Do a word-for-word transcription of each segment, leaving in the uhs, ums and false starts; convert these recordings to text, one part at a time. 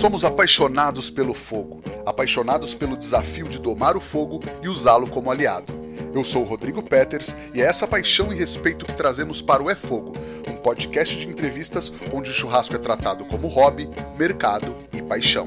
Somos apaixonados pelo fogo, apaixonados pelo desafio de domar o fogo e usá-lo como aliado. Eu sou o Rodrigo Peters e é essa paixão e respeito que trazemos para o É Fogo, um podcast de entrevistas onde o churrasco é tratado como hobby, mercado e paixão.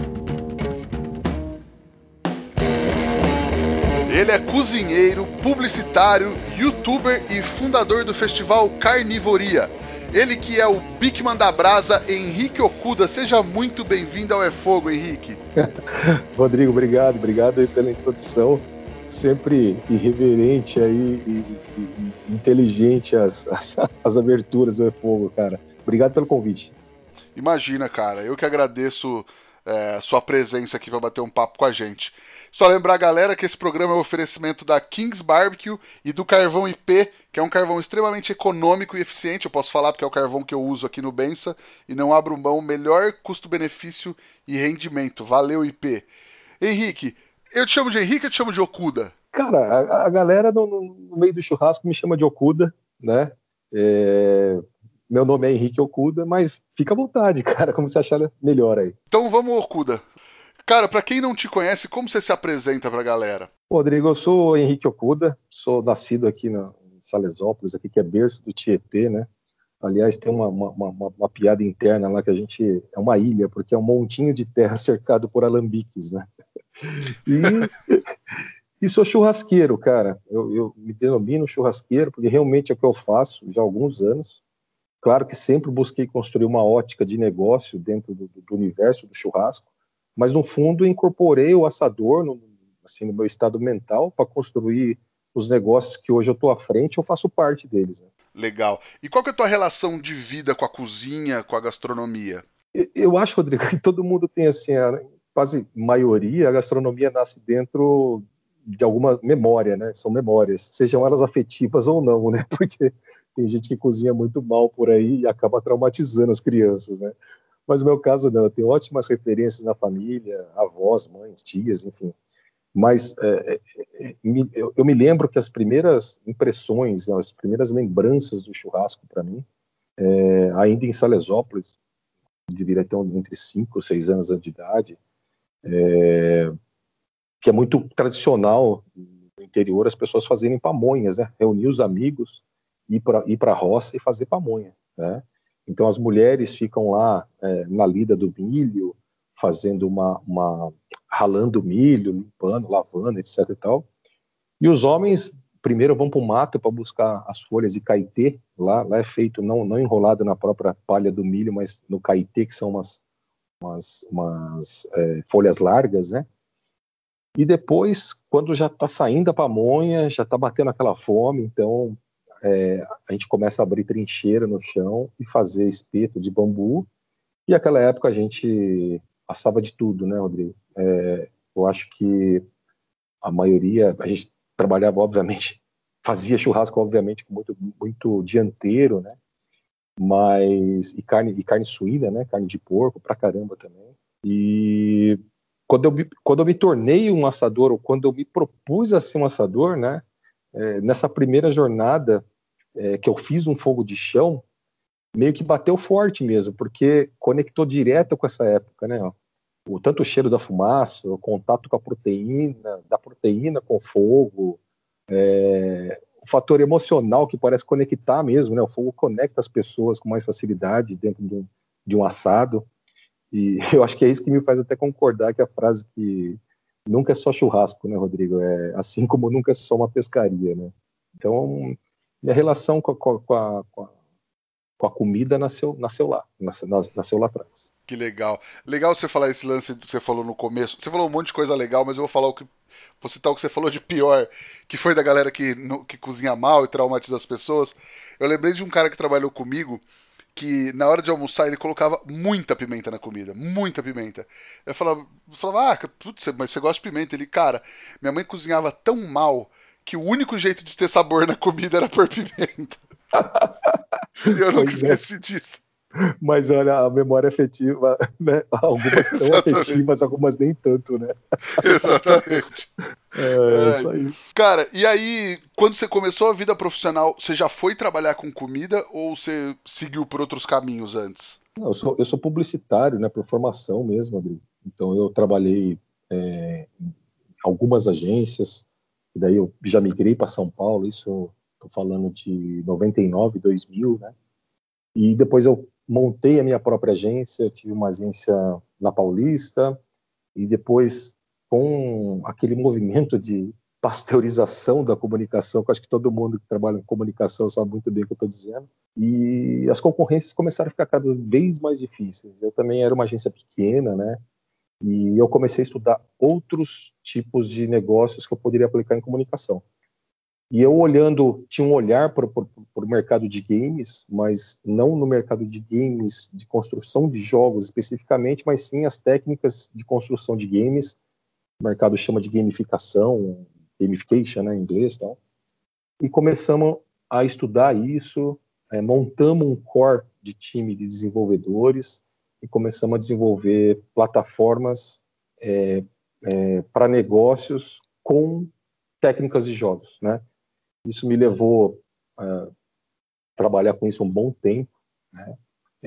Ele é cozinheiro, publicitário, youtuber e fundador do festival Carnivoria. Ele que é o Bigman da Brasa, Henrique Okuda. Seja muito bem-vindo ao É Fogo, Henrique. Rodrigo, obrigado, obrigado aí pela introdução. Sempre irreverente aí e, e, e inteligente as, as, as aberturas do É Fogo, cara. Obrigado pelo convite. Imagina, cara, eu que agradeço é, sua presença aqui para bater um papo com a gente. Só lembrar, galera, que esse programa é um oferecimento da Kings Barbecue e do Carvão I P, que é um carvão extremamente econômico e eficiente. Eu posso falar porque é o carvão que eu uso aqui no Bença e não abro mão, melhor custo-benefício e rendimento. Valeu, I P. Henrique, eu te chamo de Henrique ou te chamo de Okuda? Cara, a, a galera no, no meio do churrasco me chama de Okuda, né? É... Meu nome é Henrique Okuda, mas fica à vontade, cara, como você achar melhor aí. Então vamos, Okuda. Cara, pra quem não te conhece, como você se apresenta pra galera? Rodrigo, eu sou Henrique Okuda, sou nascido aqui na, em Salesópolis, aqui que é berço do Tietê, né? Aliás, tem uma, uma, uma, uma piada interna lá que a gente... É uma ilha, porque é um montinho de terra cercado por alambiques, né? E, e sou churrasqueiro, cara. Eu, eu me denomino churrasqueiro, porque realmente é o que eu faço já há alguns anos. Claro que sempre busquei construir uma ótica de negócio dentro do, do universo do churrasco, mas no fundo incorporei o assador no, assim, no meu estado mental para construir os negócios que hoje eu estou à frente, eu faço parte deles. Né? Legal. E qual que é a tua relação de vida com a cozinha, com a gastronomia? Eu, eu acho, Rodrigo, que todo mundo tem assim, a quase maioria, a gastronomia nasce dentro de alguma memória, né? São memórias, sejam elas afetivas ou não, né? Porque tem gente que cozinha muito mal por aí e acaba traumatizando as crianças, né? Mas no meu caso não, eu tenho ótimas referências na família, avós, mães, tias, enfim. Mas é, é, me, eu, eu me lembro que as primeiras impressões, as primeiras lembranças do churrasco para mim, é, ainda em Salesópolis, deveria ter entre cinco e seis anos de idade, é, que é muito tradicional no interior as pessoas fazerem pamonhas, né? Reunir os amigos, ir para ir para a roça e fazer pamonha, né? Então as mulheres ficam lá é, na lida do milho, fazendo uma, uma ralando o milho, limpando, lavando, etc e tal. E os homens primeiro vão para o mato para buscar as folhas de caetê. Lá, lá é feito não, não enrolado na própria palha do milho, mas no caetê, que são umas, umas, umas é, folhas largas, né? E depois, quando já está saindo a pamonha, já está batendo aquela fome, então é, a gente começa a abrir trincheira no chão e fazer espeto de bambu. E naquela época a gente assava de tudo, né, Rodrigo? É, eu acho que a maioria, a gente trabalhava, obviamente, fazia churrasco, obviamente, com muito, muito dianteiro, né? Mas, e carne, e carne suína, né? Carne de porco, pra caramba também. E quando eu, me, quando eu me tornei um assador, ou quando eu me propus a ser um assador, né? É, nessa primeira jornada é, que eu fiz um fogo de chão, meio que bateu forte mesmo, porque conectou direto com essa época, né? Ó. O, tanto o cheiro da fumaça, o contato com a proteína, da proteína com o fogo, é, o fator emocional que parece conectar mesmo, né? O fogo conecta as pessoas com mais facilidade dentro de um, de um assado, e eu acho que é isso que me faz até concordar que a frase que nunca é só churrasco, né, Rodrigo? É assim como nunca é só uma pescaria, né? Então, minha relação com a, com a, com a com a comida nasceu, nasceu lá, nasceu, nasceu lá atrás. Que legal. Legal você falar esse lance que você falou no começo. Você falou um monte de coisa legal, mas eu vou falar o que vou citar o que você falou de pior, que foi da galera que, no, que cozinha mal e traumatiza as pessoas. Eu lembrei de um cara que trabalhou comigo, que na hora de almoçar ele colocava muita pimenta na comida, muita pimenta. Eu falava, eu falava ah, putz, mas você gosta de pimenta? Ele, cara, minha mãe cozinhava tão mal que o único jeito de ter sabor na comida era pôr pimenta. Eu nunca esqueci é. disso. Mas olha, a memória afetiva, né? Algumas são Exatamente. afetivas, algumas nem tanto, né? Exatamente. É, é isso aí. Cara, e aí, quando você começou a vida profissional, você já foi trabalhar com comida ou você seguiu por outros caminhos antes? Não, eu sou, eu sou publicitário, né, por formação mesmo, Rodrigo. Então eu trabalhei é, em algumas agências, e daí eu já migrei para São Paulo, isso estou falando de noventa e nove, dois mil, né? E depois eu montei a minha própria agência, eu tive uma agência na Paulista, e depois, com aquele movimento de pasteurização da comunicação, que eu acho que todo mundo que trabalha em comunicação sabe muito bem o que eu estou dizendo, e as concorrências começaram a ficar cada vez mais difíceis. Eu também era uma agência pequena, né? E eu comecei a estudar outros tipos de negócios que eu poderia aplicar em comunicação. E eu olhando, tinha um olhar para o mercado de games, mas não no mercado de games de construção de jogos especificamente, mas sim as técnicas de construção de games. O mercado chama de gamificação, gamification, né, em inglês, tal. E começamos a estudar isso, é, montamos um core de time de desenvolvedores e começamos a desenvolver plataformas é, é, para negócios com técnicas de jogos, né? Isso me levou a trabalhar com isso um bom tempo, né?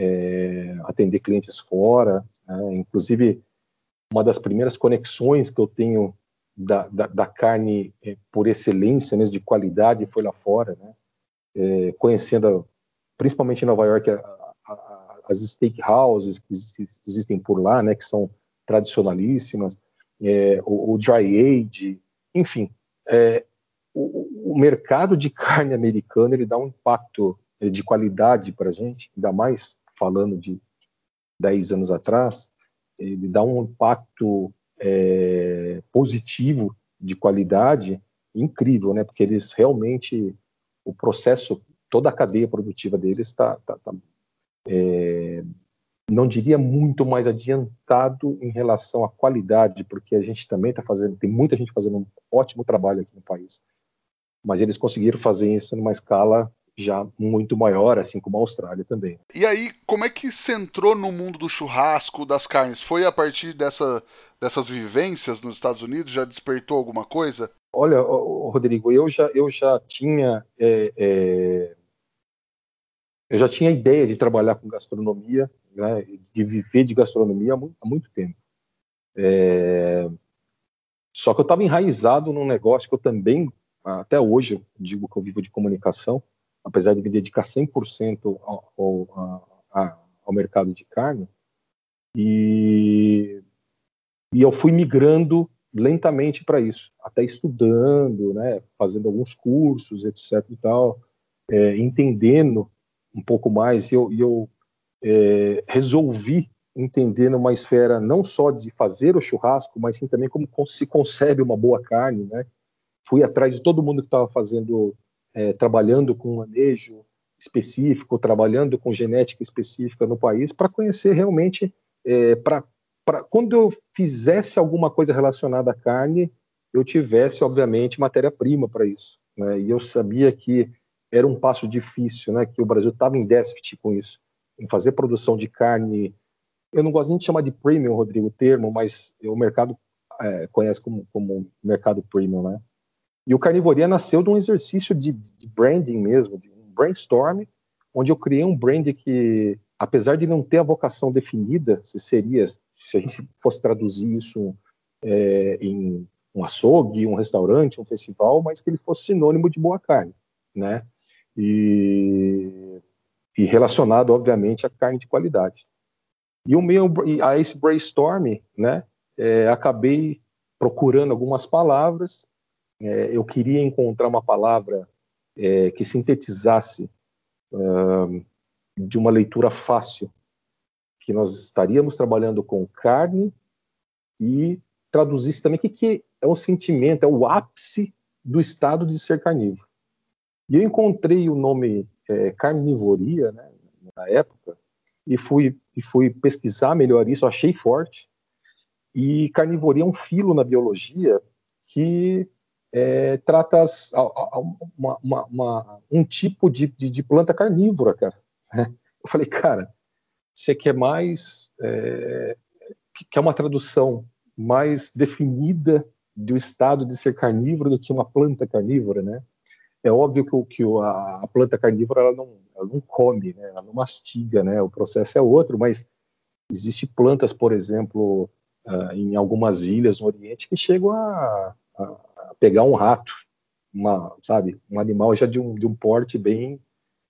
É, atender clientes fora, né? Inclusive uma das primeiras conexões que eu tenho da, da, da carne é, por excelência, mesmo de qualidade, foi lá fora, né? É, conhecendo, principalmente em Nova York, a, a, a, as steakhouses que existem por lá, né? Que são tradicionalíssimas, é, o, o dry age, enfim. É, o, o mercado de carne americano ele dá um impacto de qualidade para a gente, ainda mais falando de dez anos atrás, ele dá um impacto é, positivo de qualidade incrível, né? Porque eles realmente, o processo, toda a cadeia produtiva deles está, tá, tá, é, não diria muito mais adiantado em relação à qualidade, porque a gente também está fazendo, tem muita gente fazendo um ótimo trabalho aqui no país. Mas eles conseguiram fazer isso numa escala já muito maior, assim como a Austrália também. E aí, como é que você entrou no mundo do churrasco, das carnes? Foi a partir dessa, dessas vivências nos Estados Unidos? Já despertou alguma coisa? Olha, Rodrigo, eu já, eu já tinha é, é, eu já tinha a ideia de trabalhar com gastronomia, né, de viver de gastronomia há muito, há muito tempo. É, só que eu estava enraizado num negócio que eu também, até hoje, eu digo que eu vivo de comunicação, apesar de me dedicar cem por cento ao, ao, a, ao mercado de carne, e, e eu fui migrando lentamente para isso, até estudando, né, fazendo alguns cursos, etc e tal, é, entendendo um pouco mais, e eu, e eu é, resolvi entender numa esfera não só de fazer o churrasco, mas sim também como se concebe uma boa carne, né? Fui atrás de todo mundo que estava fazendo, é, trabalhando com manejo específico, trabalhando com genética específica no país, para conhecer realmente, é, para quando eu fizesse alguma coisa relacionada à carne, eu tivesse, obviamente, matéria-prima para isso, né? E eu sabia que era um passo difícil, né? Que o Brasil estava em déficit com isso, em fazer produção de carne. Eu não gosto nem de chamar de premium, Rodrigo, o termo, mas o mercado é, conhece como, como mercado premium, né? E o Carnivoria nasceu de um exercício de, de branding mesmo, de um brainstorm, onde eu criei um brand que, apesar de não ter a vocação definida, se seria, se a gente fosse traduzir isso é, em um açougue, um restaurante, um festival, mas que ele fosse sinônimo de boa carne, né? E, e relacionado, obviamente, à carne de qualidade. E o meu, a esse brainstorm, né, é, acabei procurando algumas palavras. É, eu queria encontrar uma palavra é, que sintetizasse uh, de uma leitura fácil, que nós estaríamos trabalhando com carne e traduzisse também o que, que é o sentimento, é o ápice do estado de ser carnívoro. E eu encontrei o nome é, carnivoria, né, na época, e fui, e fui pesquisar melhor isso, achei forte. E carnivoria é um filo na biologia que é, trata as, a, a, uma, uma, uma, um tipo de, de, de planta carnívora, cara. Eu falei, cara, você quer mais, é, quer uma tradução mais definida do estado de ser carnívoro do que uma planta carnívora, né? é óbvio que, o, que o, a, a planta carnívora ela não, ela não come, né? Ela não mastiga, né? O processo é outro, mas existem plantas, por exemplo, uh, em algumas ilhas no Oriente que chegam a, a, a pegar um rato, uma, sabe, um animal já de um, de um porte bem,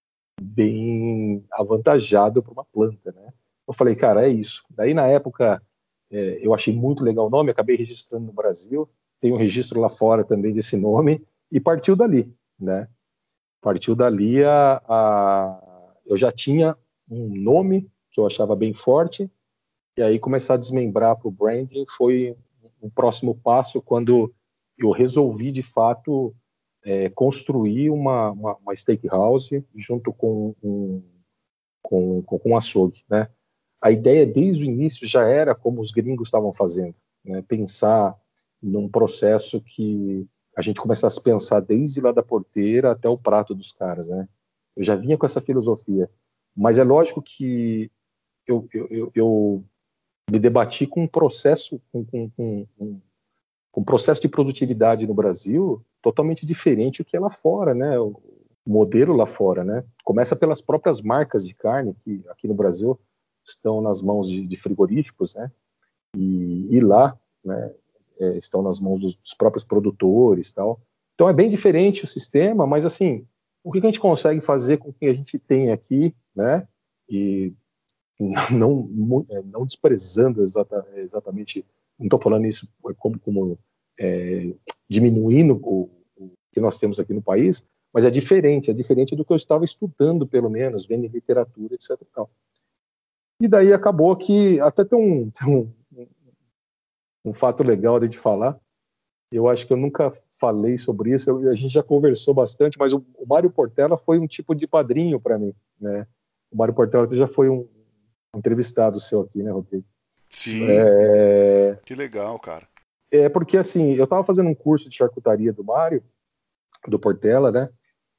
bem avantajado para uma planta, né? Eu falei, cara, é isso. Daí na época é, eu achei muito legal o nome, acabei registrando no Brasil, tem um registro lá fora também desse nome e partiu dali, né? Partiu dali a, a eu já tinha um nome que eu achava bem forte. E aí começar a desmembrar para o branding foi o próximo passo quando eu resolvi, de fato, é, construir uma, uma, uma steakhouse junto com um, com, com, com um açougue, né? A ideia desde o início já era como os gringos estavam fazendo, né? Pensar num processo que a gente começasse a pensar desde lá da porteira até o prato dos caras, né? Eu já vinha com essa filosofia, mas é lógico que eu, eu, eu, eu me debati com um processo, com, com, com, com um processo de produtividade no Brasil totalmente diferente do que é lá fora, né? O modelo lá fora, né? Começa pelas próprias marcas de carne que aqui no Brasil estão nas mãos de, de frigoríficos, né? E, e lá, né? É, estão nas mãos dos, dos próprios produtores, tal. Então é bem diferente o sistema, mas assim, o que a gente consegue fazer com o que a gente tem aqui, né? E não, não desprezando exata, exatamente, não estou falando isso como, como é, diminuindo o, o que nós temos aqui no país, mas é diferente, é diferente do que eu estava estudando, pelo menos, vendo em literatura, etc. E, tal. E daí acabou que, até tem um, tem um, um, um fato legal de falar, eu acho que eu nunca falei sobre isso, eu, a gente já conversou bastante, mas o, o Mário Portela foi um tipo de padrinho para mim, né? O Mário Portela já foi um entrevistado seu aqui, né, Rodrigo? Sim. É, Que legal, cara. é porque, assim, eu estava fazendo um curso de charcutaria do Mário, do Portela, né?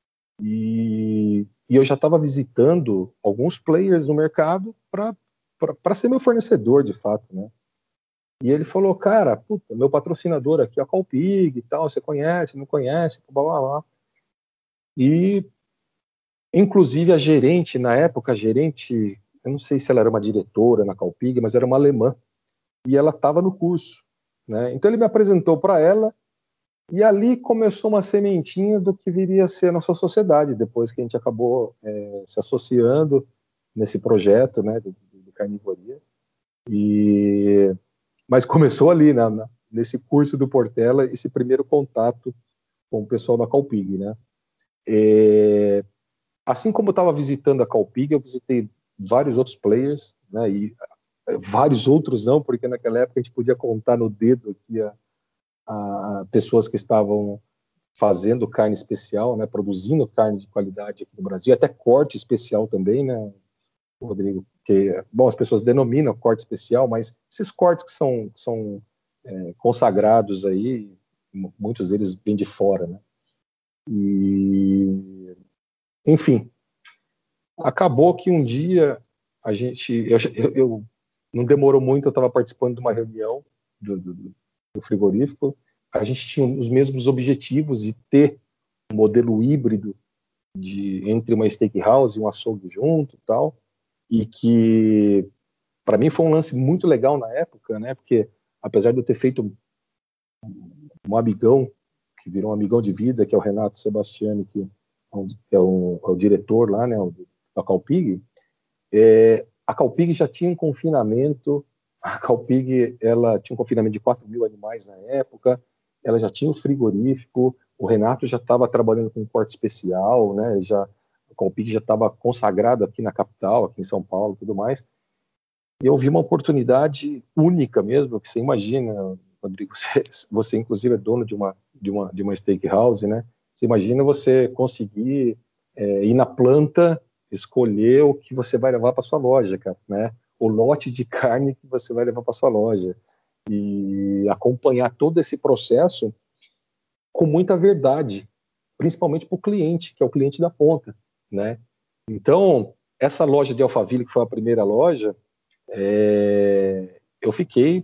E, e eu já estava visitando alguns players no mercado para ser meu fornecedor, de fato, né? E ele falou, cara, puta, meu patrocinador aqui é a Calpig e tal, você conhece, não conhece, blá, blá, blá. E, inclusive, a gerente, na época, a gerente, eu não sei se ela era uma diretora na Calpig, mas era uma alemã. E ela estava no curso, né? Então ele me apresentou para ela e ali começou uma sementinha do que viria a ser a nossa sociedade depois que a gente acabou é, se associando nesse projeto, né, de, de carnivoria. E mas começou ali, na, na, nesse curso do Portela, esse primeiro contato com o pessoal da Calpig, né? É, assim como eu estava visitando a Calpig, eu visitei vários outros players, né? E vários outros não, porque naquela época a gente podia contar no dedo aqui a, a pessoas que estavam fazendo carne especial, né, produzindo carne de qualidade aqui no Brasil, até corte especial também, né, Rodrigo? Que, bom, as pessoas denominam corte especial, mas esses cortes que são, são é, consagrados aí, muitos deles vêm de fora, né? E, enfim, acabou que um dia a gente, eu, eu, eu não demorou muito, eu estava participando de uma reunião do, do, do frigorífico, a gente tinha os mesmos objetivos de ter um modelo híbrido de, entre uma steakhouse e um açougue junto e tal, e que para mim foi um lance muito legal na época, né, porque apesar de eu ter feito um amigão, que virou um amigão de vida, que é o Renato Sebastiani, que é o, é o diretor lá, né, da Calpig, é, a Calpig já tinha um confinamento, a Calpig ela tinha um confinamento de quatro mil animais na época, ela já tinha um frigorífico, o Renato já estava trabalhando com um corte especial, né, já, a Calpig já estava consagrada aqui na capital, aqui em São Paulo e tudo mais, e eu vi uma oportunidade única mesmo, que você imagina, Rodrigo, você, você inclusive é dono de uma, de uma, de uma steakhouse, né, você imagina você conseguir é, ir na planta, escolher o que você vai levar para sua loja, cara, né? O lote de carne que você vai levar para sua loja e acompanhar todo esse processo com muita verdade, principalmente para o cliente, que é o cliente da ponta, né? Então, essa loja de Alphaville, que foi a primeira loja, é... eu fiquei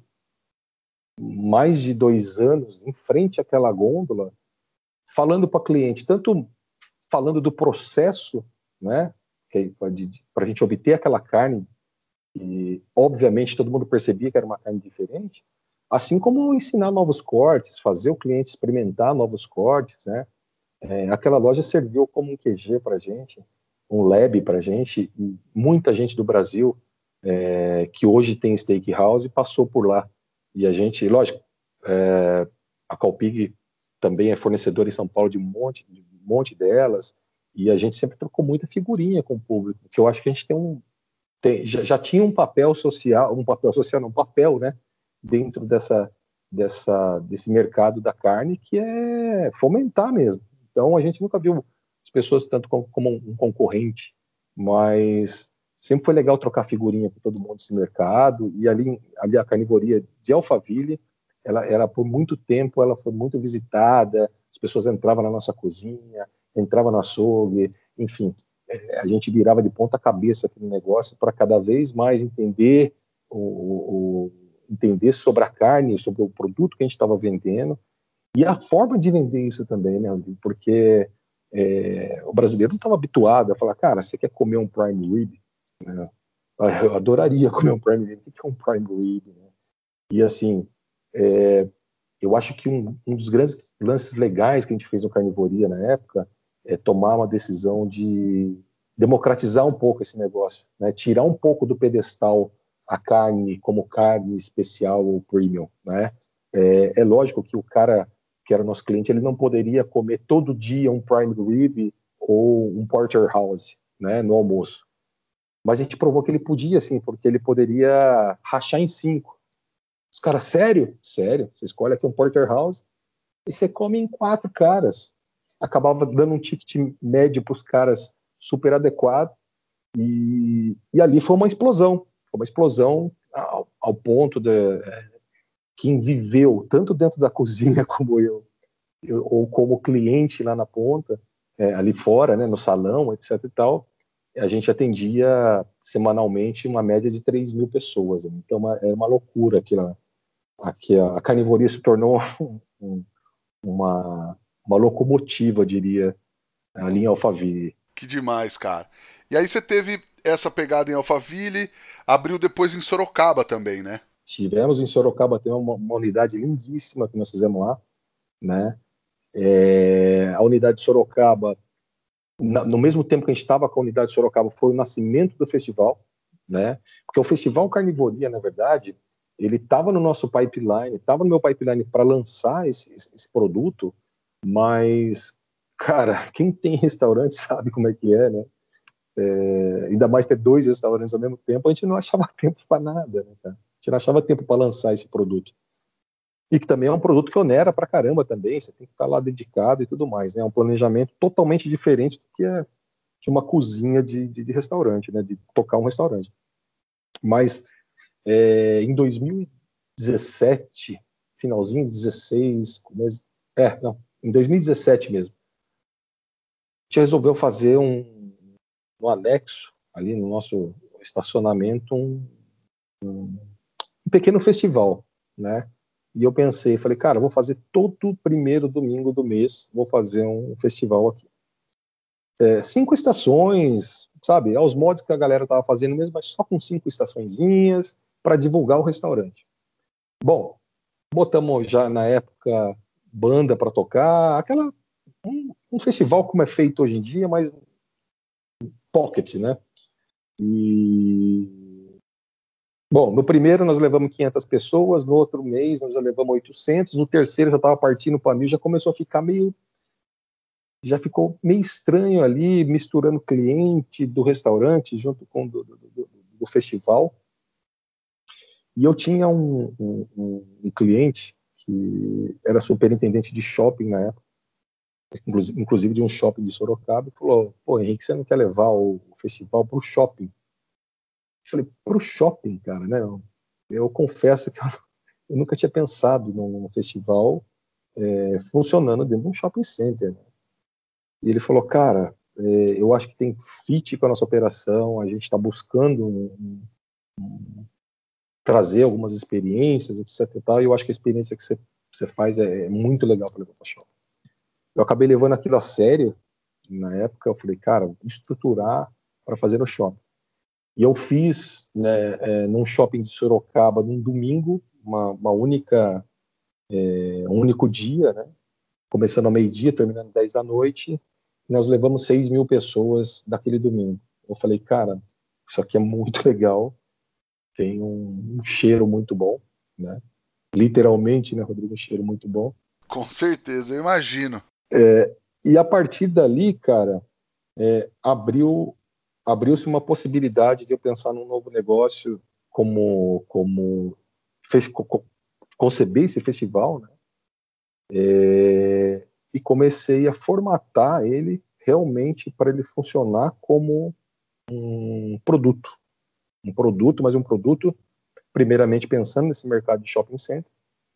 mais de dois anos em frente àquela gôndola, falando para cliente, tanto falando do processo, né, para a gente obter aquela carne, e obviamente todo mundo percebia que era uma carne diferente, assim como ensinar novos cortes, fazer o cliente experimentar novos cortes, né? É, aquela loja serviu como um Q G para a gente, um lab para a gente, e muita gente do Brasil é, que hoje tem steakhouse passou por lá. E a gente, lógico, é, a Calpig também é fornecedora em São Paulo de um monte, de um monte delas, e a gente sempre trocou muita figurinha com o público, que eu acho que a gente tem um, tem, já, já tinha um papel social, um papel social, não, um papel, né, dentro dessa, dessa, desse mercado da carne, que é fomentar mesmo. Então a gente nunca viu as pessoas tanto como, como um concorrente, mas sempre foi legal trocar figurinha com todo mundo nesse mercado, e ali, ali a carnivoria de Alphaville, ela, ela por muito tempo, ela foi muito visitada, as pessoas entravam na nossa cozinha, entravam no açougue, enfim, a gente virava de ponta cabeça aquele negócio para cada vez mais entender o, o, entender sobre a carne, sobre o produto que a gente estava vendendo, e a forma de vender isso também, né, porque é, o brasileiro não estava habituado a falar, cara, você quer comer um prime rib? Né? Eu adoraria comer um prime rib. O que é um prime rib? Né? E assim, é, eu acho que um, um dos grandes lances legais que a gente fez no Carnivoria na época é tomar uma decisão de democratizar um pouco esse negócio, né? Tirar um pouco do pedestal a carne como carne especial ou premium, né? É, é lógico que o cara que era nosso cliente, ele não poderia comer todo dia um prime rib ou um porterhouse, né, no almoço. Mas a gente provou que ele podia, sim, porque ele poderia rachar em cinco. Os caras, sério? Sério. Você escolhe aqui um porterhouse e você come em quatro caras. Acabava dando um ticket médio para os caras super adequado. E, e ali foi uma explosão. Foi uma explosão ao, ao ponto de... É, quem viveu tanto dentro da cozinha como eu, eu ou como cliente lá na ponta, é, ali fora, né, no salão, etc e tal, a gente atendia semanalmente uma média de três mil pessoas. Né? Então uma, era uma loucura aquilo. Aqui a, a carnivoria se tornou um, uma, uma locomotiva, eu diria, ali em Alphaville. Que demais, cara. E aí você teve essa pegada em Alphaville, abriu depois em Sorocaba também, né? Tivemos em Sorocaba tem uma, uma unidade lindíssima que nós fizemos lá, né? É, a unidade de Sorocaba, na, no mesmo tempo que a gente estava com a unidade de Sorocaba, foi o nascimento do festival, né? Porque o Festival Carnivoria, na verdade, ele estava no nosso pipeline, estava no meu pipeline para lançar esse, esse, esse produto, mas, cara, quem tem restaurante sabe como é que é, né? É, ainda mais ter dois restaurantes ao mesmo tempo, a gente não achava tempo para nada, né, cara? A gente não achava tempo para lançar esse produto. E que também é um produto que onera pra caramba também, você tem que estar lá dedicado e tudo mais, né? É um planejamento totalmente diferente do que é de uma cozinha de, de, de restaurante, né? De tocar um restaurante. Mas é, em dois mil e dezessete, finalzinho de dezesseis, começo, é, não, em dois mil e dezessete mesmo, a gente resolveu fazer um, um anexo ali no nosso estacionamento, um, um, um pequeno festival, né? E eu pensei, falei, cara, vou fazer todo primeiro domingo do mês, vou fazer um festival aqui. É, cinco estações, sabe, aos modos que a galera tava fazendo mesmo, mas só com cinco estaçõezinhas para divulgar o restaurante. Bom, botamos já na época banda para tocar, aquela um, um festival como é feito hoje em dia, mas pocket, né? E bom, no primeiro nós levamos quinhentas pessoas, no outro mês nós já levamos oitocentos, no terceiro já estava partindo para mil, já começou a ficar meio, já ficou meio estranho ali, misturando cliente do restaurante junto com do, do, do, do festival. E eu tinha um, um, um cliente que era superintendente de shopping na época, inclusive de um shopping de Sorocaba, e falou, pô, Henrique, você não quer levar o festival para o shopping? Eu falei, pro shopping, cara, né? Eu, eu confesso que eu, eu nunca tinha pensado num, num festival é, funcionando dentro de um shopping center. Né? E ele falou, cara, é, eu acho que tem fit com a nossa operação, a gente está buscando um, um, um, trazer algumas experiências, etc e tal, e eu acho que a experiência que você, você faz é, é muito legal para levar para shopping. Eu acabei levando aquilo a sério, Na época eu falei, cara, vou estruturar para fazer no shopping. E eu fiz, né, é, num shopping de Sorocaba, num domingo, uma, uma única, é, um único dia, né? Começando ao meio-dia, terminando dez da noite. E nós levamos seis mil pessoas daquele domingo. Eu falei, cara, isso aqui é muito legal, tem um, um cheiro muito bom, né? Literalmente, né, Rodrigo, um cheiro muito bom. Com certeza, eu imagino. É, e a partir dali, cara, é, abriu abriu-se uma possibilidade de eu pensar num novo negócio, como como fez, co, conceber esse festival, né? É, e comecei a formatar ele realmente para ele funcionar como um produto, um produto, mas um produto primeiramente pensando nesse mercado de shopping center,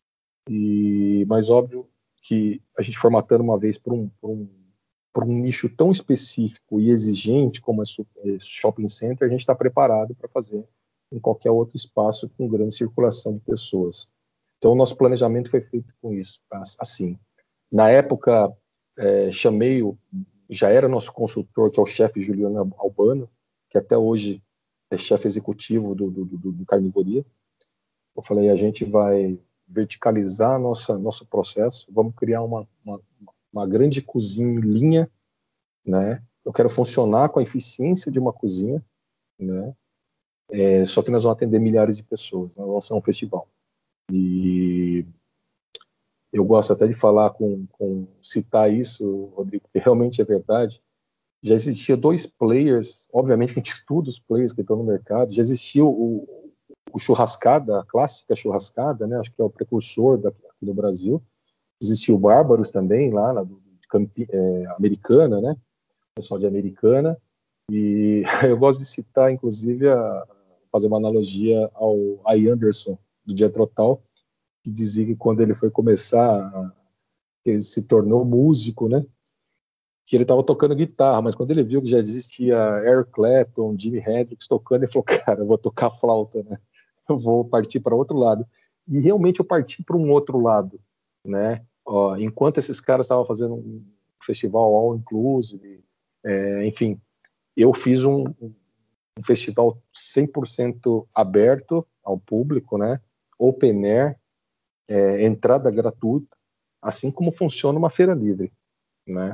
e mais óbvio que a gente formatando uma vez por um, por um, por um nicho tão específico e exigente como é shopping center, a gente está preparado para fazer em qualquer outro espaço com grande circulação de pessoas. Então, o nosso planejamento foi feito com isso, assim. Na época, é, chamei, o, já era nosso consultor, que é o chefe Juliano Albano, que até hoje é chefe executivo do, do, do, do Carnivoria. Eu falei, a gente vai verticalizar nossa, nosso processo, vamos criar uma, uma, uma grande cozinha em linha, né? Eu quero funcionar com a eficiência de uma cozinha, né? É, só que nós vamos atender milhares de pessoas, nós vamos ser um festival. E eu gosto até de falar com, com citar isso, Rodrigo, porque realmente é verdade. Já existia dois players, obviamente que a gente estuda os players que estão no mercado, já existia o, o churrascada, a clássica churrascada, né? Acho que é o precursor daqui, aqui no Brasil. Existia o Bárbaros também, lá na do, Campi, é, Americana, né? O pessoal de Americana. E eu gosto de citar, inclusive, a, fazer uma analogia ao Ai Anderson, do Jethro Tull, que dizia que quando ele foi começar, ele se tornou músico, né? Que ele estava tocando guitarra, mas quando ele viu que já existia Eric Clapton, Jimi Hendrix tocando, ele falou, cara, eu vou tocar flauta, né? Eu vou partir para outro lado. E realmente eu parti para um outro lado, né? Ó, enquanto esses caras estavam fazendo um festival all inclusive, é, enfim, eu fiz um, um festival cem por cento aberto ao público, né? Open air, é, entrada gratuita, assim como funciona uma feira livre, né?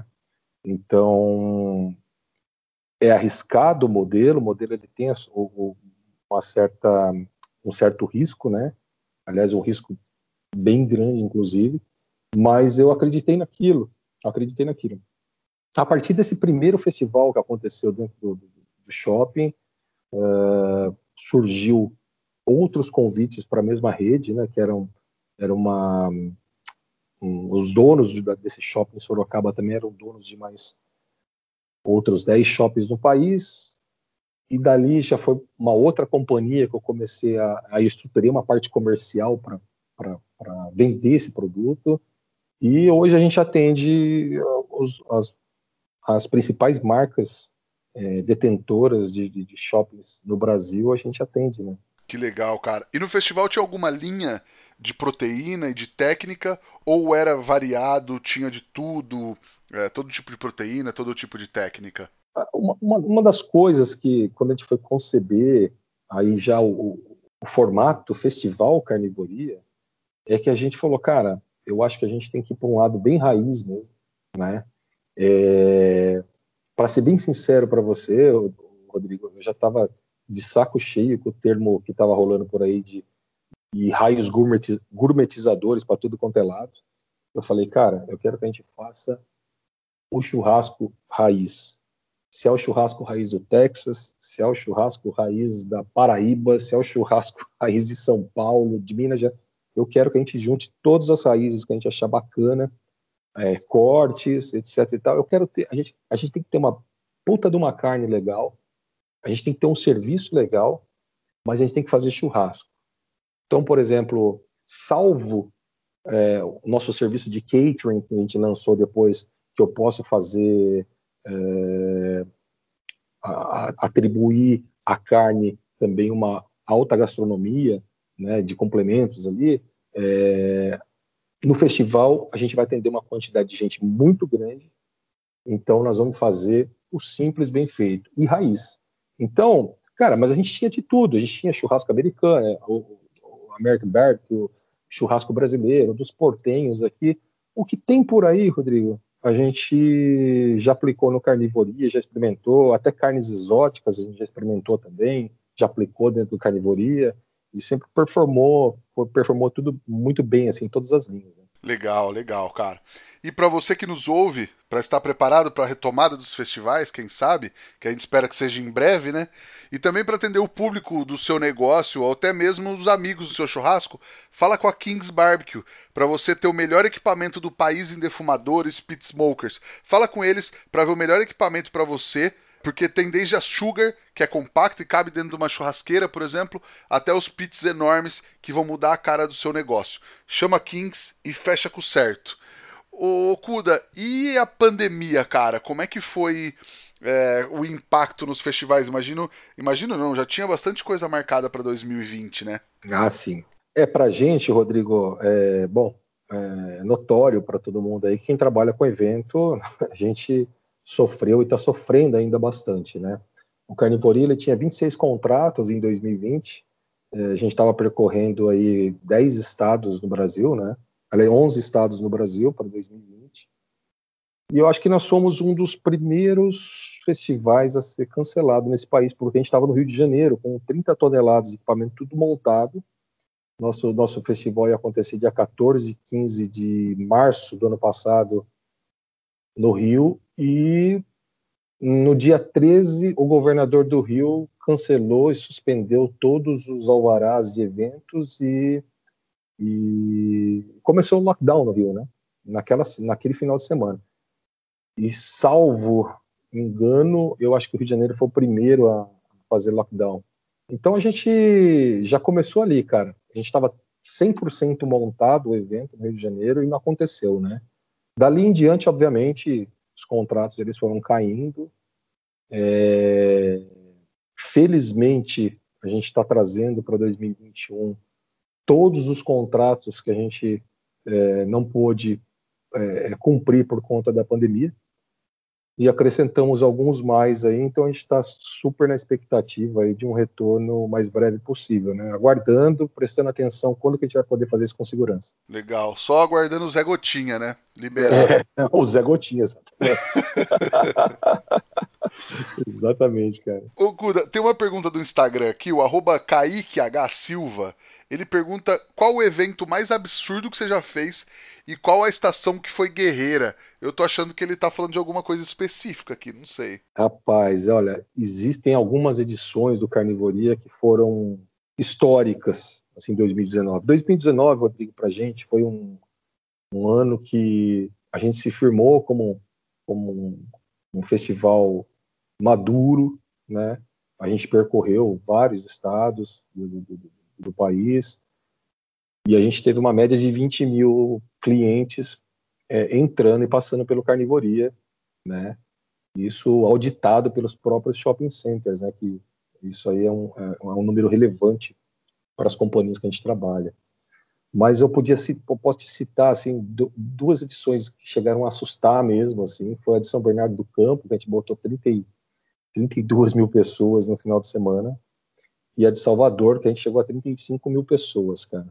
Então, é arriscado o modelo, o modelo ele tem uma certa, um certo risco, né? Aliás, um risco bem grande, inclusive, mas eu acreditei naquilo, acreditei naquilo. A partir desse primeiro festival que aconteceu dentro do, do shopping, uh, surgiu outros convites para a mesma rede, né? Que eram, era uma, um, os donos de, desse shopping em Sorocaba também eram donos de mais outros dez shoppings no país, e dali já foi uma outra companhia que eu comecei a, a estruturar uma parte comercial para vender esse produto, e hoje a gente atende os, as, as principais marcas é, detentoras de, de, de shoppings no Brasil, a gente atende, né? Que legal, cara. E no festival tinha alguma linha de proteína e de técnica, ou era variado, tinha de tudo, é, todo tipo de proteína, todo tipo de técnica? Uma, uma, uma das coisas que, quando a gente foi conceber aí já o, o formato festival Carnivoria, é que a gente falou, cara, eu acho que a gente tem que ir para um lado bem raiz mesmo, né? É, para ser bem sincero para você, Rodrigo, eu já estava de saco cheio com o termo que estava rolando por aí de, de raios gourmetiz, gourmetizadores para tudo quanto é lado. Eu falei, cara, eu quero que a gente faça o churrasco raiz. Se é o churrasco raiz do Texas, se é o churrasco raiz da Paraíba, se é o churrasco raiz de São Paulo, de Minas Gerais, eu quero que a gente junte todas as raízes que a gente achar bacana, é, cortes, etc e tal. Eu quero ter, a gente, a gente tem que ter uma puta de uma carne legal, a gente tem que ter um serviço legal, mas a gente tem que fazer churrasco. Então, por exemplo, salvo é, o nosso serviço de catering que a gente lançou depois, que eu posso fazer, é, a, a, atribuir à carne também uma alta gastronomia, né, de complementos ali, é, no festival a gente vai atender uma quantidade de gente muito grande, Então nós vamos fazer o simples bem feito e raiz. Então, cara, mas a gente tinha de tudo. A gente tinha churrasco americano, o, o American Barbecue, o churrasco brasileiro, dos portenhos aqui. O que tem por aí, Rodrigo, a gente já aplicou no Carnivoria, já experimentou, até carnes exóticas a gente já experimentou também, já aplicou dentro do Carnivoria e sempre performou, performou tudo muito bem, assim, em todas as linhas. Né? Legal, legal, cara. E para você que nos ouve, para estar preparado para a retomada dos festivais, quem sabe, que a gente espera que seja em breve, né? E também para atender o público do seu negócio, ou até mesmo os amigos do seu churrasco, fala com a Kings Barbecue, para você ter o melhor equipamento do país em defumadores, pit smokers. Fala com eles para ver o melhor equipamento para você, porque tem desde a Sugar, que é compacta e cabe dentro de uma churrasqueira, por exemplo, até os pits enormes que vão mudar a cara do seu negócio. Chama Kings e fecha com o certo. Ô, Kuda, e a pandemia, cara? Como é que foi é, o impacto nos festivais? Imagino, imagino não, já tinha bastante coisa marcada para dois mil e vinte, né? Ah, sim. É, pra gente, Rodrigo, é, bom, é notório para todo mundo aí que quem trabalha com evento, a gente sofreu e está sofrendo ainda bastante, né? O Carnivoria ele tinha vinte e seis contratos em dois mil e vinte, é, a gente estava percorrendo aí dez estados no Brasil, né? Ali, onze estados no Brasil para dois mil e vinte, e eu acho que nós somos um dos primeiros festivais a ser cancelado nesse país, porque a gente estava no Rio de Janeiro com trinta toneladas de equipamento tudo montado. Nosso, nosso festival ia acontecer dia quatorze e quinze de março do ano passado no Rio, e no dia treze o governador do Rio cancelou e suspendeu todos os alvarás de eventos e, e começou o lockdown no Rio, né? Naquela, naquele final de semana. E salvo engano, eu acho que o Rio de Janeiro foi o primeiro a fazer lockdown. Então a gente já começou ali, cara. A gente estava cem por cento montado o evento no Rio de Janeiro e não aconteceu, né? Dali em diante, obviamente, os contratos eles foram caindo. É... Felizmente, a gente está trazendo para dois mil e vinte e um todos os contratos que a gente é, não pôde é, cumprir por conta da pandemia. E acrescentamos alguns mais aí, então a gente está super na expectativa aí de um retorno o mais breve possível, né? Aguardando, prestando atenção quando que a gente vai poder fazer isso com segurança. Legal, só aguardando o Zé Gotinha, né? Liberar. É, o Zé Gotinha, exatamente. Exatamente, cara. Ô, Kuda, tem uma pergunta do Instagram aqui, o arroba Kaique H. Silva. Ele pergunta qual o evento mais absurdo que você já fez e qual a estação que foi guerreira. Eu tô achando que ele tá falando de alguma coisa específica aqui, não sei. Rapaz, olha, existem algumas edições do Carnivoria que foram históricas, assim, em dois mil e dezenove. dois mil e dezenove, Rodrigo, pra gente foi um, um ano que a gente se firmou como, como um, um festival maduro, né? A gente percorreu vários estados do, do, do, do país e a gente teve uma média de vinte mil clientes é, entrando e passando pelo Carnivoria, né? Isso auditado pelos próprios shopping centers, né? Que isso aí é um, é um número relevante para as companhias que a gente trabalha. Mas eu podia eu posso te citar assim duas edições que chegaram a assustar mesmo, assim. Foi a de São Bernardo do Campo, que a gente botou trinta e duas mil pessoas no final de semana, e a de Salvador, que a gente chegou a trinta e cinco mil pessoas, cara.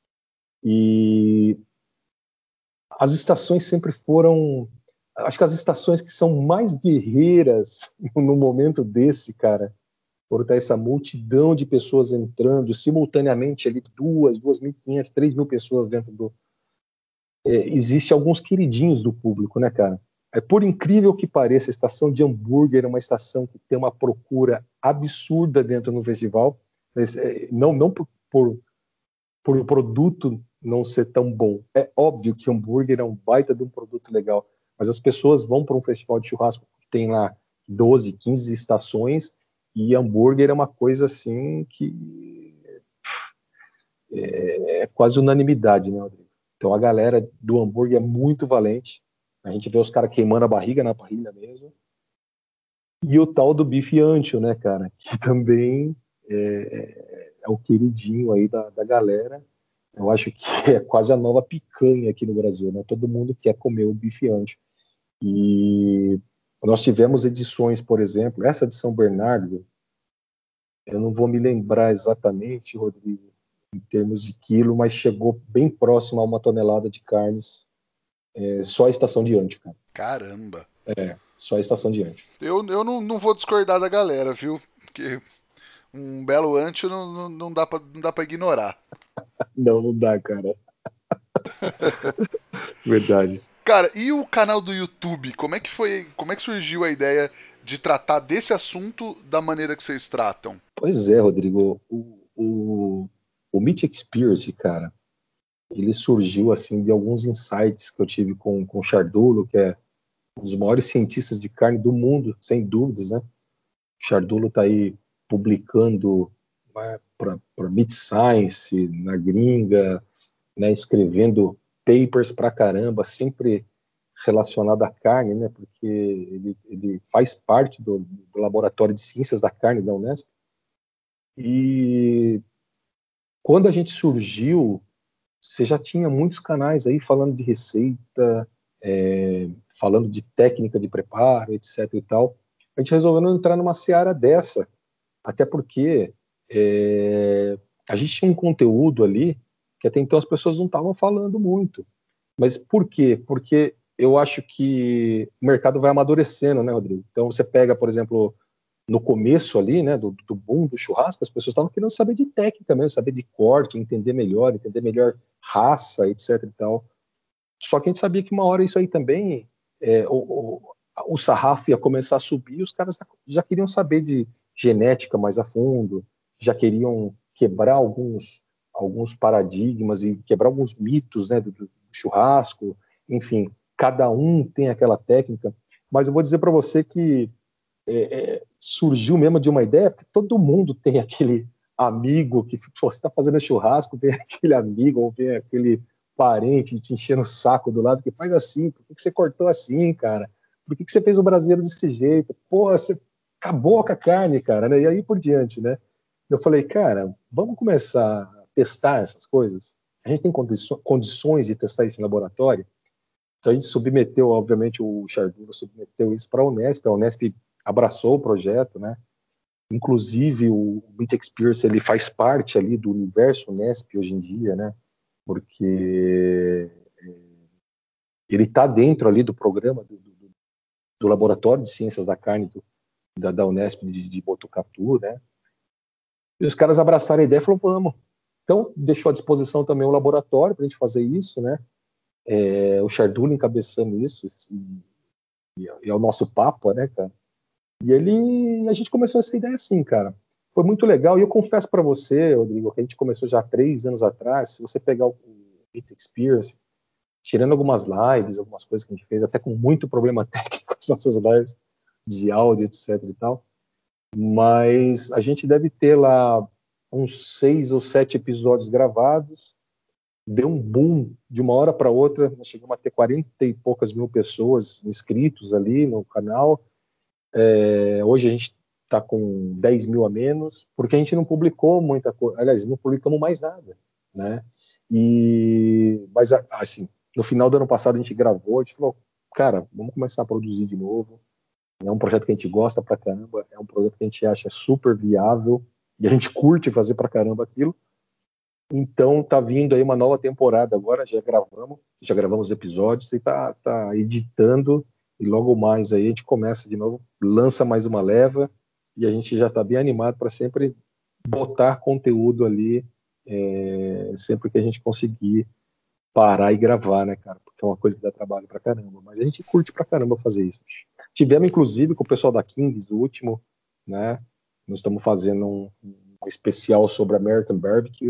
E as estações sempre foram, acho que as estações que são mais guerreiras no momento desse, cara, por estar essa multidão de pessoas entrando simultaneamente ali, duas, duas mil e quinhentas, três mil pessoas dentro do... É, existe alguns queridinhos do público, né, cara? É, por incrível que pareça, a estação de hambúrguer é uma estação que tem uma procura absurda dentro do festival. Não, não por, por, por o produto não ser tão bom. É óbvio que hambúrguer é um baita de um produto legal, mas as pessoas vão para um festival de churrasco que tem lá doze, quinze estações, e hambúrguer é uma coisa assim que é, é quase unanimidade, né, Rodrigo? Então a galera do hambúrguer é muito valente. A gente vê os caras queimando a barriga na parrilha mesmo. E o tal do bife ancho, né, cara? Que também é, é o queridinho aí da, da galera. Eu acho que é quase a nova picanha aqui no Brasil, né? Todo mundo quer comer o bife ancho. E nós tivemos edições, por exemplo, essa de São Bernardo, eu não vou me lembrar exatamente, Rodrigo, em termos de quilo, mas chegou bem próximo a uma tonelada de carnes, é, só a estação de ancho, cara. Caramba. É, só a estação de ancho. Eu, eu não, não vou discordar da galera, viu? Porque um belo ancho não, não, não, dá pra, não dá pra ignorar. Não, não dá, cara. Verdade. Cara, e o canal do YouTube? Como é que foi? Como é que surgiu a ideia de tratar desse assunto da maneira que vocês tratam? Pois é, Rodrigo. O, o, o Meat Experience, cara, ele surgiu assim de alguns insights que eu tive com, com o Chardulo, que é um dos maiores cientistas de carne do mundo, sem dúvidas, né? O Chardulo está aí publicando, né, para Meat Science, na gringa, né, escrevendo papers pra caramba, sempre relacionado à carne, né? Porque ele, ele faz parte do, do Laboratório de Ciências da Carne da Unesp. E quando a gente surgiu, você já tinha muitos canais aí falando de receita, é, falando de técnica de preparo, etc e tal. A gente resolveu não entrar numa seara dessa, até porque é, a gente tinha um conteúdo ali que até então as pessoas não estavam falando muito. Mas por quê? Porque eu acho que o mercado vai amadurecendo, né, Rodrigo? Então você pega, por exemplo, no começo ali, né, do, do boom do churrasco, as pessoas estavam querendo saber de técnica mesmo, saber de corte, entender melhor, entender melhor raça, etc e tal. Só que a gente sabia que uma hora isso aí também, é, o, o, o sarrafo ia começar a subir, os caras já queriam saber de genética mais a fundo, já queriam quebrar alguns, alguns paradigmas e quebrar alguns mitos, né, do, do churrasco, enfim, cada um tem aquela técnica, mas eu vou dizer para você que é, é, surgiu mesmo de uma ideia, porque todo mundo tem aquele amigo que pô, você está fazendo churrasco, vem aquele amigo ou vem aquele parente te enchendo o saco do lado que faz assim, por que, que você cortou assim, cara? Por que, que você fez o brasileiro desse jeito? Pô, você acabou com a carne, cara, né? E aí por diante, né? Eu falei, cara, vamos começar a testar essas coisas? A gente tem condições de testar isso em laboratório? Então a gente submeteu, obviamente, o Chardulo submeteu isso para a Unesp, a Unesp abraçou o projeto, né? Inclusive o Meat Experience ele faz parte ali do universo Unesp hoje em dia, né? Porque ele está dentro ali do programa do, do, do Laboratório de Ciências da Carne do, da, da Unesp de, de Botucatu, né? E os caras abraçaram a ideia e falaram, vamos. Então deixou à disposição também o laboratório para a gente fazer isso, né? É, o Chardulo encabeçando isso e, e é o nosso papo, né, cara? E ele, a gente começou essa ideia assim, cara. Foi muito legal. E eu confesso para você, Rodrigo, que a gente começou já há três anos atrás. Se você pegar o Meat Experience, tirando algumas lives, algumas coisas que a gente fez, até com muito problema técnico as nossas lives de áudio, etc e tal. Mas a gente deve ter lá uns seis ou sete episódios gravados. Deu um boom de uma hora para outra. Nós chegamos a ter quarenta e poucas mil pessoas inscritos ali no canal. É, hoje a gente está com dez mil a menos, porque a gente não publicou muita coisa, aliás, não publicamos mais nada, né? E, mas, assim, no final do ano passado a gente gravou, a gente falou, cara, vamos começar a produzir de novo. É um projeto que a gente gosta pra caramba, é um projeto que a gente acha super viável, e a gente curte fazer pra caramba aquilo. Então tá vindo aí uma nova temporada agora, já gravamos, já gravamos episódios e tá, tá editando. E logo mais aí a gente começa de novo, lança mais uma leva e a gente já está bem animado para sempre botar conteúdo ali, é, sempre que a gente conseguir parar e gravar, né, cara? Porque é uma coisa que dá trabalho pra caramba. Mas a gente curte pra caramba fazer isso. Tivemos, inclusive, com o pessoal da Kings, o último, né? Nós estamos fazendo um, um especial sobre American Barbecue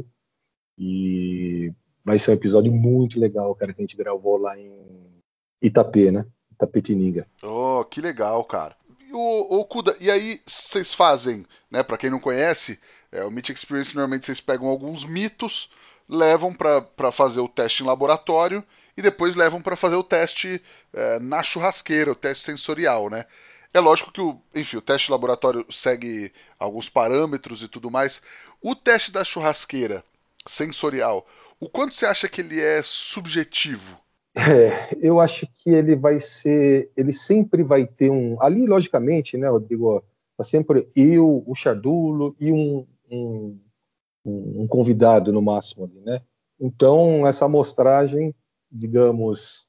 e vai ser um episódio muito legal, cara, que a gente gravou lá em Itapê, né? Itapetininga. Oh, que legal, cara. E, o, o Kuda, e aí vocês fazem, né, pra quem não conhece, é, o Meat Experience normalmente vocês pegam alguns mitos, levam pra pra fazer o teste em laboratório e depois levam pra fazer o teste é, na churrasqueira, o teste sensorial, né? É lógico que o, enfim, o teste de laboratório segue alguns parâmetros e tudo mais. O teste da churrasqueira sensorial, o quanto você acha que ele é subjetivo? É, eu acho que ele vai ser, ele sempre vai ter um, ali logicamente, né, Rodrigo, tá sempre eu, o Chardulo e um, um, um convidado no máximo ali, né? Então essa amostragem, digamos,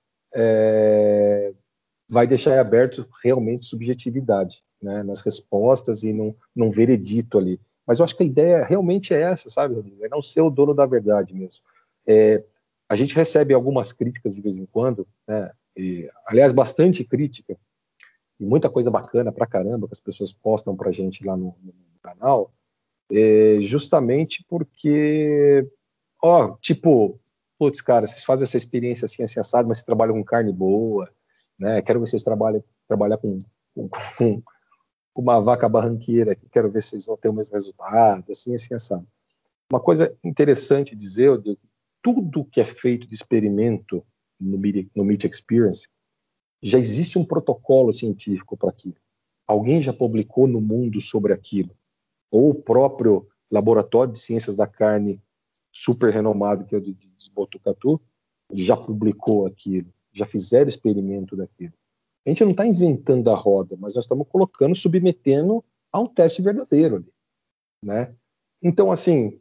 é, vai deixar aberto realmente subjetividade, né, nas respostas e num, num veredito ali. Mas eu acho que a ideia realmente é essa, sabe, Rodrigo? É não ser o dono da verdade mesmo. É, a gente recebe algumas críticas de vez em quando, né? E, aliás, bastante crítica e muita coisa bacana pra caramba que as pessoas postam pra gente lá no, no canal, é, justamente porque, ó, tipo, putz, cara, vocês fazem essa experiência assim, assim, assado, mas vocês trabalham com carne boa, né? Quero ver vocês trabalham, trabalhar com, com, com uma vaca barranqueira, quero ver se vocês vão ter o mesmo resultado, assim, assim, assado. Uma coisa interessante dizer, eu digo, tudo que é feito de experimento no Meet, no Meet Experience, já existe um protocolo científico para aquilo. Alguém já publicou no mundo sobre aquilo. Ou o próprio Laboratório de Ciências da Carne, super renomado, que é o de Botucatu, já publicou aquilo, já fizeram experimento daquilo. A gente não está inventando a roda, mas nós estamos colocando, submetendo a um teste verdadeiro ali, né? Então, assim,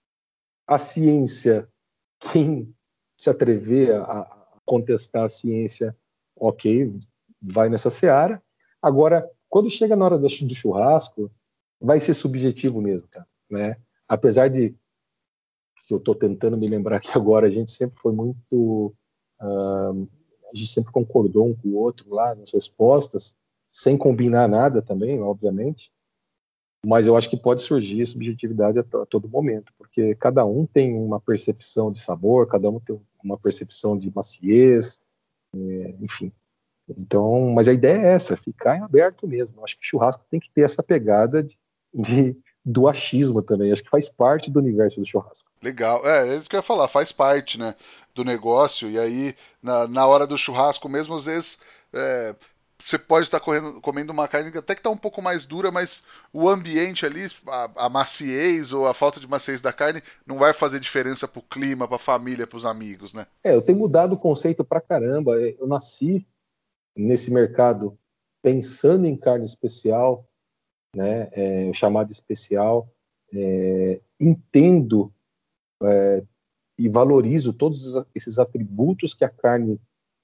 a ciência, quem se atrever a contestar a ciência, ok, vai nessa seara. Agora, quando chega na hora do churrasco, vai ser subjetivo mesmo, cara, né? Apesar de que eu estou tentando me lembrar que agora a gente sempre foi muito, uh, a gente sempre concordou um com o outro lá nas respostas, sem combinar nada também, obviamente. Mas eu acho que pode surgir subjetividade a, a todo momento, porque cada um tem uma percepção de sabor, cada um tem uma percepção de maciez, é, enfim. Então, mas a ideia é essa, ficar em aberto mesmo. Eu acho que churrasco tem que ter essa pegada de, de, do achismo também. Acho que faz parte do universo do churrasco. Legal, é, é isso que eu ia falar, faz parte, né, do negócio, e aí, na, na hora do churrasco mesmo, às vezes, é, você pode estar correndo, comendo uma carne que até que tá um pouco mais dura, mas o ambiente ali, a, a maciez ou a falta de maciez da carne, não vai fazer diferença pro clima, pra família, pros amigos, né? É, eu tenho mudado o conceito pra caramba. Eu nasci nesse mercado pensando em carne especial, né, é, chamado especial, é, entendo é, e valorizo todos esses atributos que a carne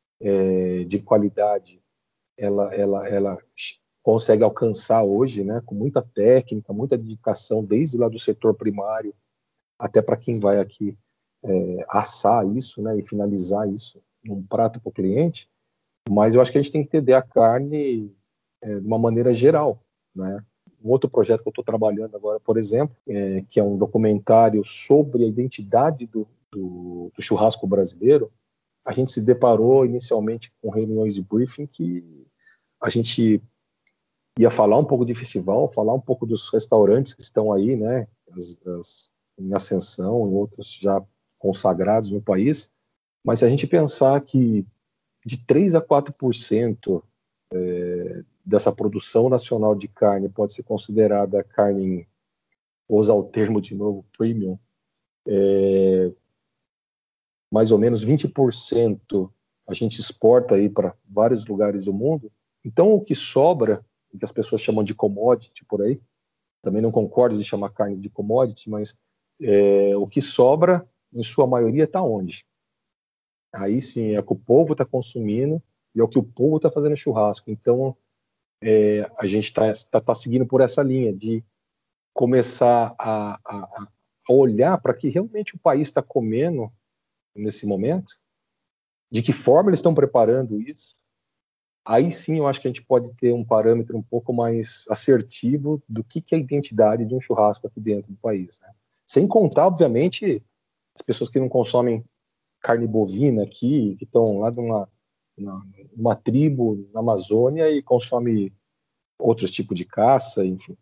é, de qualidade ela, ela, ela consegue alcançar hoje, né, com muita técnica, muita dedicação, desde lá do setor primário até para quem vai aqui é, assar isso, né, e finalizar isso num prato para o cliente. Mas eu acho que a gente tem que entender a carne é, de uma maneira geral, né? Um outro projeto que eu estou trabalhando agora, por exemplo, é, que é um documentário sobre a identidade do, do, do churrasco brasileiro, a gente se deparou inicialmente com reuniões de briefing que a gente ia falar um pouco de festival, falar um pouco dos restaurantes que estão aí, né, as, as, em ascensão, em outros já consagrados no país, mas se a gente pensar que de três a quatro por cento é, dessa produção nacional de carne pode ser considerada carne, vou usar o termo de novo, premium, é, mais ou menos vinte por cento a gente exporta aí para vários lugares do mundo. Então, o que sobra, que as pessoas chamam de commodity por aí, também não concordo de chamar carne de commodity, mas é, o que sobra, em sua maioria, está onde? Aí sim, é o que o povo está consumindo e é o que o povo está fazendo churrasco. Então, é, a gente está tá, tá seguindo por essa linha de começar a, a, a olhar para que realmente o país está comendo nesse momento, de que forma eles estão preparando isso. Aí sim eu acho que a gente pode ter um parâmetro um pouco mais assertivo do que, que é a identidade de um churrasco aqui dentro do país, né? Sem contar, obviamente, as pessoas que não consomem carne bovina aqui, que estão lá numa, numa tribo na Amazônia e consome outros tipos de caça, enfim.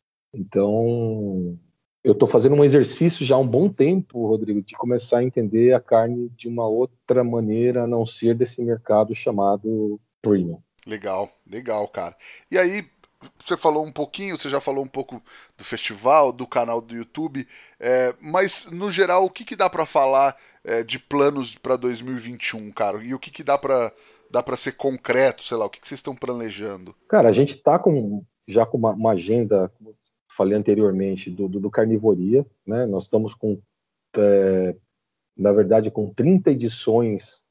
Então, eu estou fazendo um exercício já há um bom tempo, Rodrigo, de começar a entender a carne de uma outra maneira, a não ser desse mercado chamado premium. Legal, legal, cara. E aí, você falou um pouquinho, você já falou um pouco do festival, do canal do YouTube, é, mas no geral, o que, que dá pra falar é, de planos pra dois mil e vinte e um, cara? E o que, que dá pra dá para ser concreto, sei lá, o que, que vocês estão planejando? Cara, a gente está com, já com uma, uma agenda, como eu falei anteriormente, do, do, do Carnivoria, né? Nós estamos com, é, na verdade, com trinta edições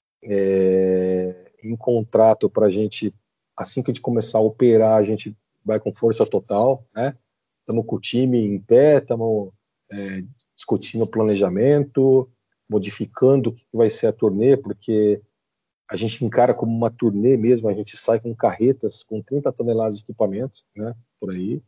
é, em contrato para a gente, assim que a gente começar a operar, a gente vai com força total, né? Estamos com o time em pé, estamos é, discutindo o planejamento, modificando o que vai ser a turnê, porque a gente encara como uma turnê mesmo, a gente sai com carretas com trinta toneladas de equipamento, né, por aí,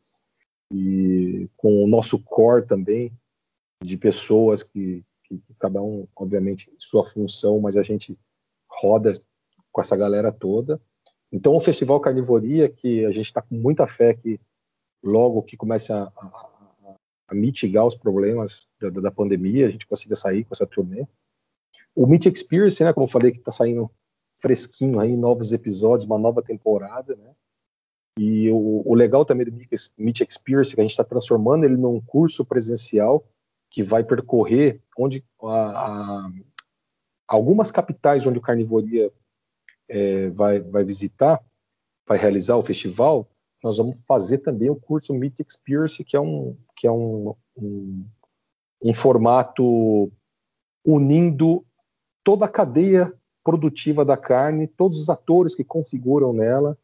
e com o nosso core também, de pessoas que, que, que cada um, obviamente, sua função, mas a gente roda com essa galera toda. Então, o Festival Carnivoria, que a gente está com muita fé que logo que comece a, a, a mitigar os problemas da, da pandemia, a gente consiga sair com essa turnê. O Meet Experience, né, como eu falei, que está saindo fresquinho aí, novos episódios, uma nova temporada, né? E o, o legal também do Meet Experience, que a gente está transformando ele num curso presencial que vai percorrer onde a, a, algumas capitais onde o Carnivoria é, vai, vai visitar, vai realizar o festival. Nós vamos fazer também o curso Meet Experience, que é um, que é um, um, um formato unindo toda a cadeia produtiva da carne, todos os atores que configuram nela,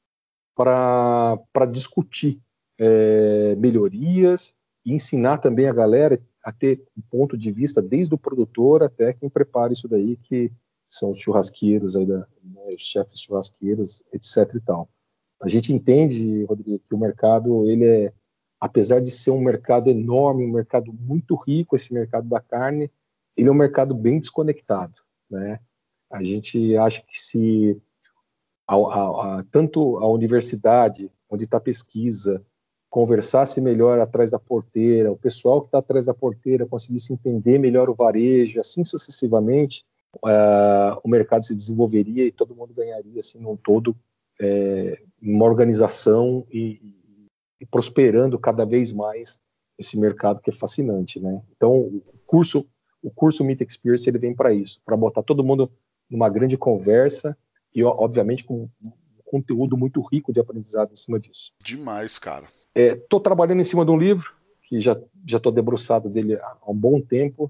para discutir é, melhorias e ensinar também a galera a ter um ponto de vista desde o produtor até quem prepara isso daí, que são os churrasqueiros, aí da, né, os chefes churrasqueiros, etc e tal. A gente entende, Rodrigo, que o mercado, ele é, apesar de ser um mercado enorme, um mercado muito rico, esse mercado da carne, ele é um mercado bem desconectado, né? A gente acha que se a, a, a, tanto a universidade, onde está a pesquisa, conversasse melhor atrás da porteira, o pessoal que está atrás da porteira conseguisse entender melhor o varejo, assim sucessivamente, uh, o mercado se desenvolveria e todo mundo ganharia, assim, num todo, é, uma organização e, e, e prosperando cada vez mais esse mercado que é fascinante, né? Então, o curso, o curso Meet Experience, ele vem para isso, para botar todo mundo numa grande conversa e, obviamente, com um conteúdo muito rico de aprendizado em cima disso. Demais, cara. Estou é, trabalhando em cima de um livro, que já estou debruçado dele há um bom tempo.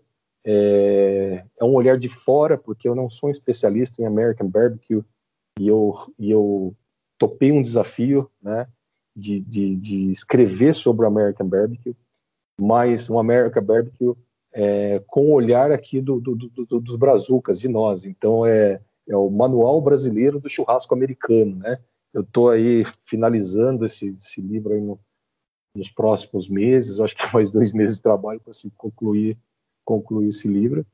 É, é um olhar de fora, porque eu não sou um especialista em American Barbecue, e eu, e eu topei um desafio, né, de, de, de escrever sobre o American Barbecue, mas um American Barbecue é, com o olhar aqui do, do, do, dos brazucas, de nós. Então, é, é o manual brasileiro do churrasco americano, né? Eu estou aí finalizando esse, esse livro aí no, nos próximos meses, acho que mais dois meses de trabalho para se concluir, concluir esse livro.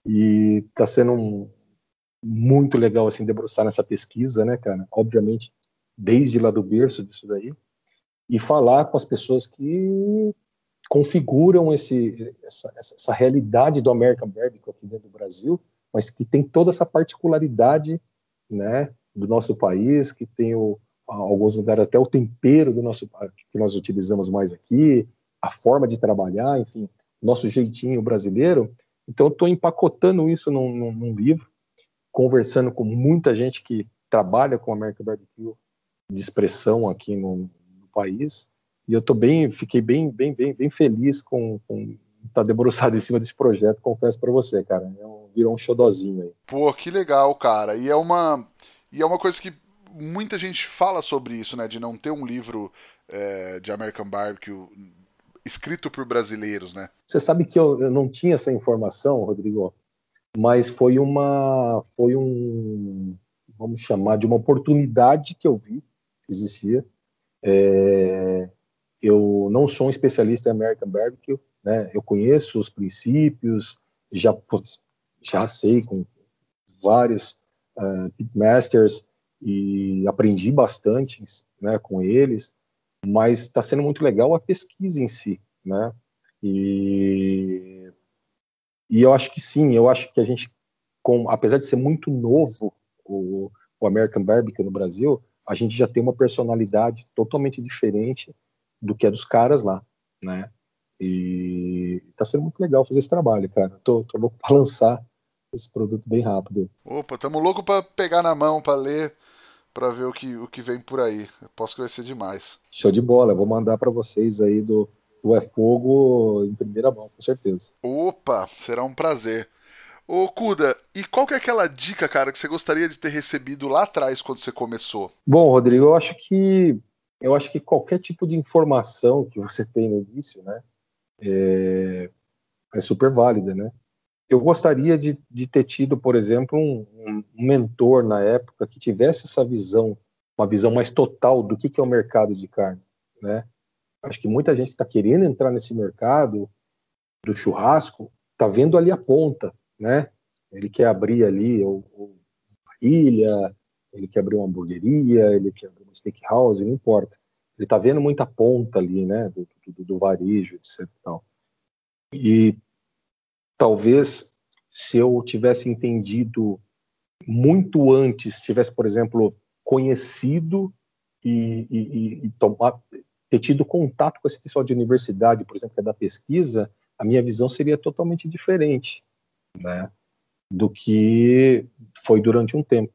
E está sendo um, muito legal assim debruçar nessa pesquisa, né, cara? Obviamente, desde lá do berço disso daí, e falar com as pessoas que configuram esse, essa, essa realidade do American Barbecue aqui dentro do Brasil, mas que tem toda essa particularidade, né, do nosso país, que tem o, alguns lugares até o tempero do nosso que nós utilizamos mais aqui, a forma de trabalhar, enfim, nosso jeitinho brasileiro. Então, eu estou empacotando isso num, num, num livro, conversando com muita gente que trabalha com American Barbecue de expressão aqui no, no país. E eu tô bem, fiquei bem, bem, bem, bem feliz com, com estar debruçado em cima desse projeto, confesso para você, cara. É um, virou um xodozinho aí. Pô, que legal, cara. E é uma, e é uma coisa que muita gente fala sobre isso, né? De não ter um livro é, de American Barbecue escrito por brasileiros, né? Você sabe que eu, eu não tinha essa informação, Rodrigo, mas foi uma, foi um, vamos chamar de uma oportunidade que eu vi que existia. É, eu não sou um especialista em American Barbecue, né? Eu conheço os princípios, já, já sei com vários uh, pitmasters e aprendi bastante, né, com eles, mas está sendo muito legal a pesquisa em si, né? E, e eu acho que sim, eu acho que a gente, com, apesar de ser muito novo o, o American Barbecue no Brasil, a gente já tem uma personalidade totalmente diferente do que é dos caras lá, né? E tá sendo muito legal fazer esse trabalho, cara. Tô, tô louco pra lançar esse produto bem rápido. Opa, tamo louco pra pegar na mão, pra ler, pra ver o que, o que vem por aí. Eu posso que vai ser demais. Show de bola, eu vou mandar para vocês aí do, do É Fogo em primeira mão, com certeza. Opa, será um prazer. Ô, Kuda, e qual que é aquela dica, cara, que você gostaria de ter recebido lá atrás quando você começou? Bom, Rodrigo, eu acho que eu acho que qualquer tipo de informação que você tem no início, né, é, é super válida, né? Eu gostaria de, de ter tido, por exemplo, um, um mentor na época que tivesse essa visão, uma visão mais total do que, que é o mercado de carne, né? Acho que muita gente que está querendo entrar nesse mercado do churrasco está vendo ali a ponta, né? Ele quer abrir ali o, o, a ilha, ele quer abrir uma hamburgueria, ele quer abrir uma steakhouse, não importa. Ele está vendo muita ponta ali, né? Do, do, do varejo, etcétera. Tal. E talvez se eu tivesse entendido muito antes, tivesse, por exemplo, conhecido e, e, e tomar, ter tido contato com esse pessoal de universidade, por exemplo, que é da pesquisa, a minha visão seria totalmente diferente, né, do que foi durante um tempo.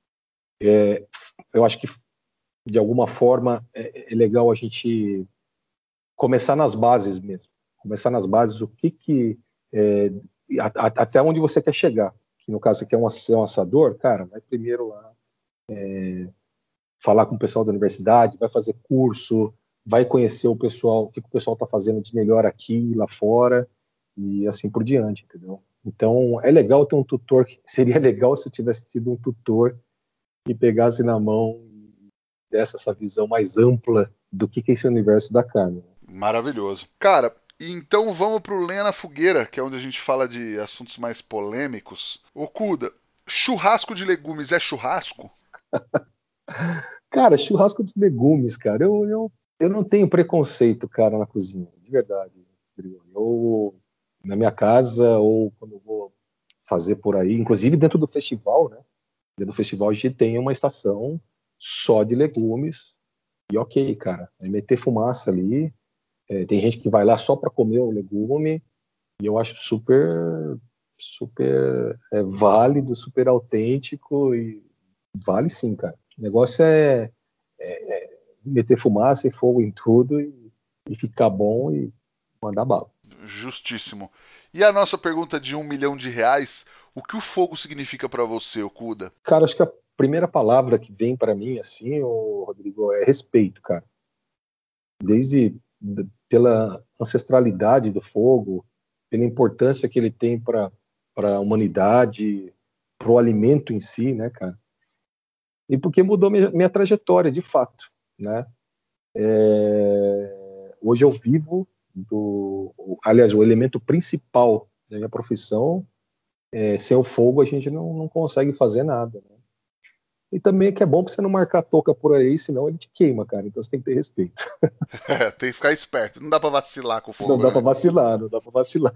É, eu acho que, de alguma forma, é, é legal a gente começar nas bases mesmo, começar nas bases, o que que é, a, a, até onde você quer chegar, que no caso você quer um, ser um assador, cara, vai primeiro lá é, falar com o pessoal da universidade, vai fazer curso, vai conhecer o pessoal, o que o pessoal está fazendo de melhor aqui, lá fora, e assim por diante, entendeu? Então, é legal ter um tutor, seria legal se eu tivesse tido um tutor que pegasse na mão e desse essa visão mais ampla do que é esse universo da carne. Maravilhoso. Cara, então vamos pro Lenha na Fogueira, que é onde a gente fala de assuntos mais polêmicos. Ô, Kuda, churrasco de legumes é churrasco? Cara, churrasco de legumes, cara, eu, eu, eu não tenho preconceito, cara, na cozinha, de verdade. Eu, na minha casa, ou quando eu vou fazer por aí, inclusive dentro do festival, né? Dentro do festival a gente tem uma estação só de legumes, e ok, cara, é meter fumaça ali. É, tem gente que vai lá só para comer o legume, e eu acho super, super é, válido, super autêntico, e vale sim, cara. O negócio é, é, é meter fumaça e fogo em tudo e, e ficar bom e mandar bala. Justíssimo. E a nossa pergunta de um milhão de reais, o que o fogo significa para você, Okuda? Cara, acho que a primeira palavra que vem para mim, assim, ô, Rodrigo, é respeito, cara. Desde pela ancestralidade do fogo, pela importância que ele tem para para a humanidade, para o alimento em si, né, cara? E porque mudou minha, minha trajetória, de fato, né? É, hoje eu vivo do, aliás, o elemento principal da minha profissão é, sem o fogo a gente não, não consegue fazer nada, né? E também é que é bom pra você não marcar toca por aí, senão ele te queima, cara. Então você tem que ter respeito. É, tem que ficar esperto. Não dá pra vacilar com o Não fogo, dá pra né? vacilar, não dá pra vacilar.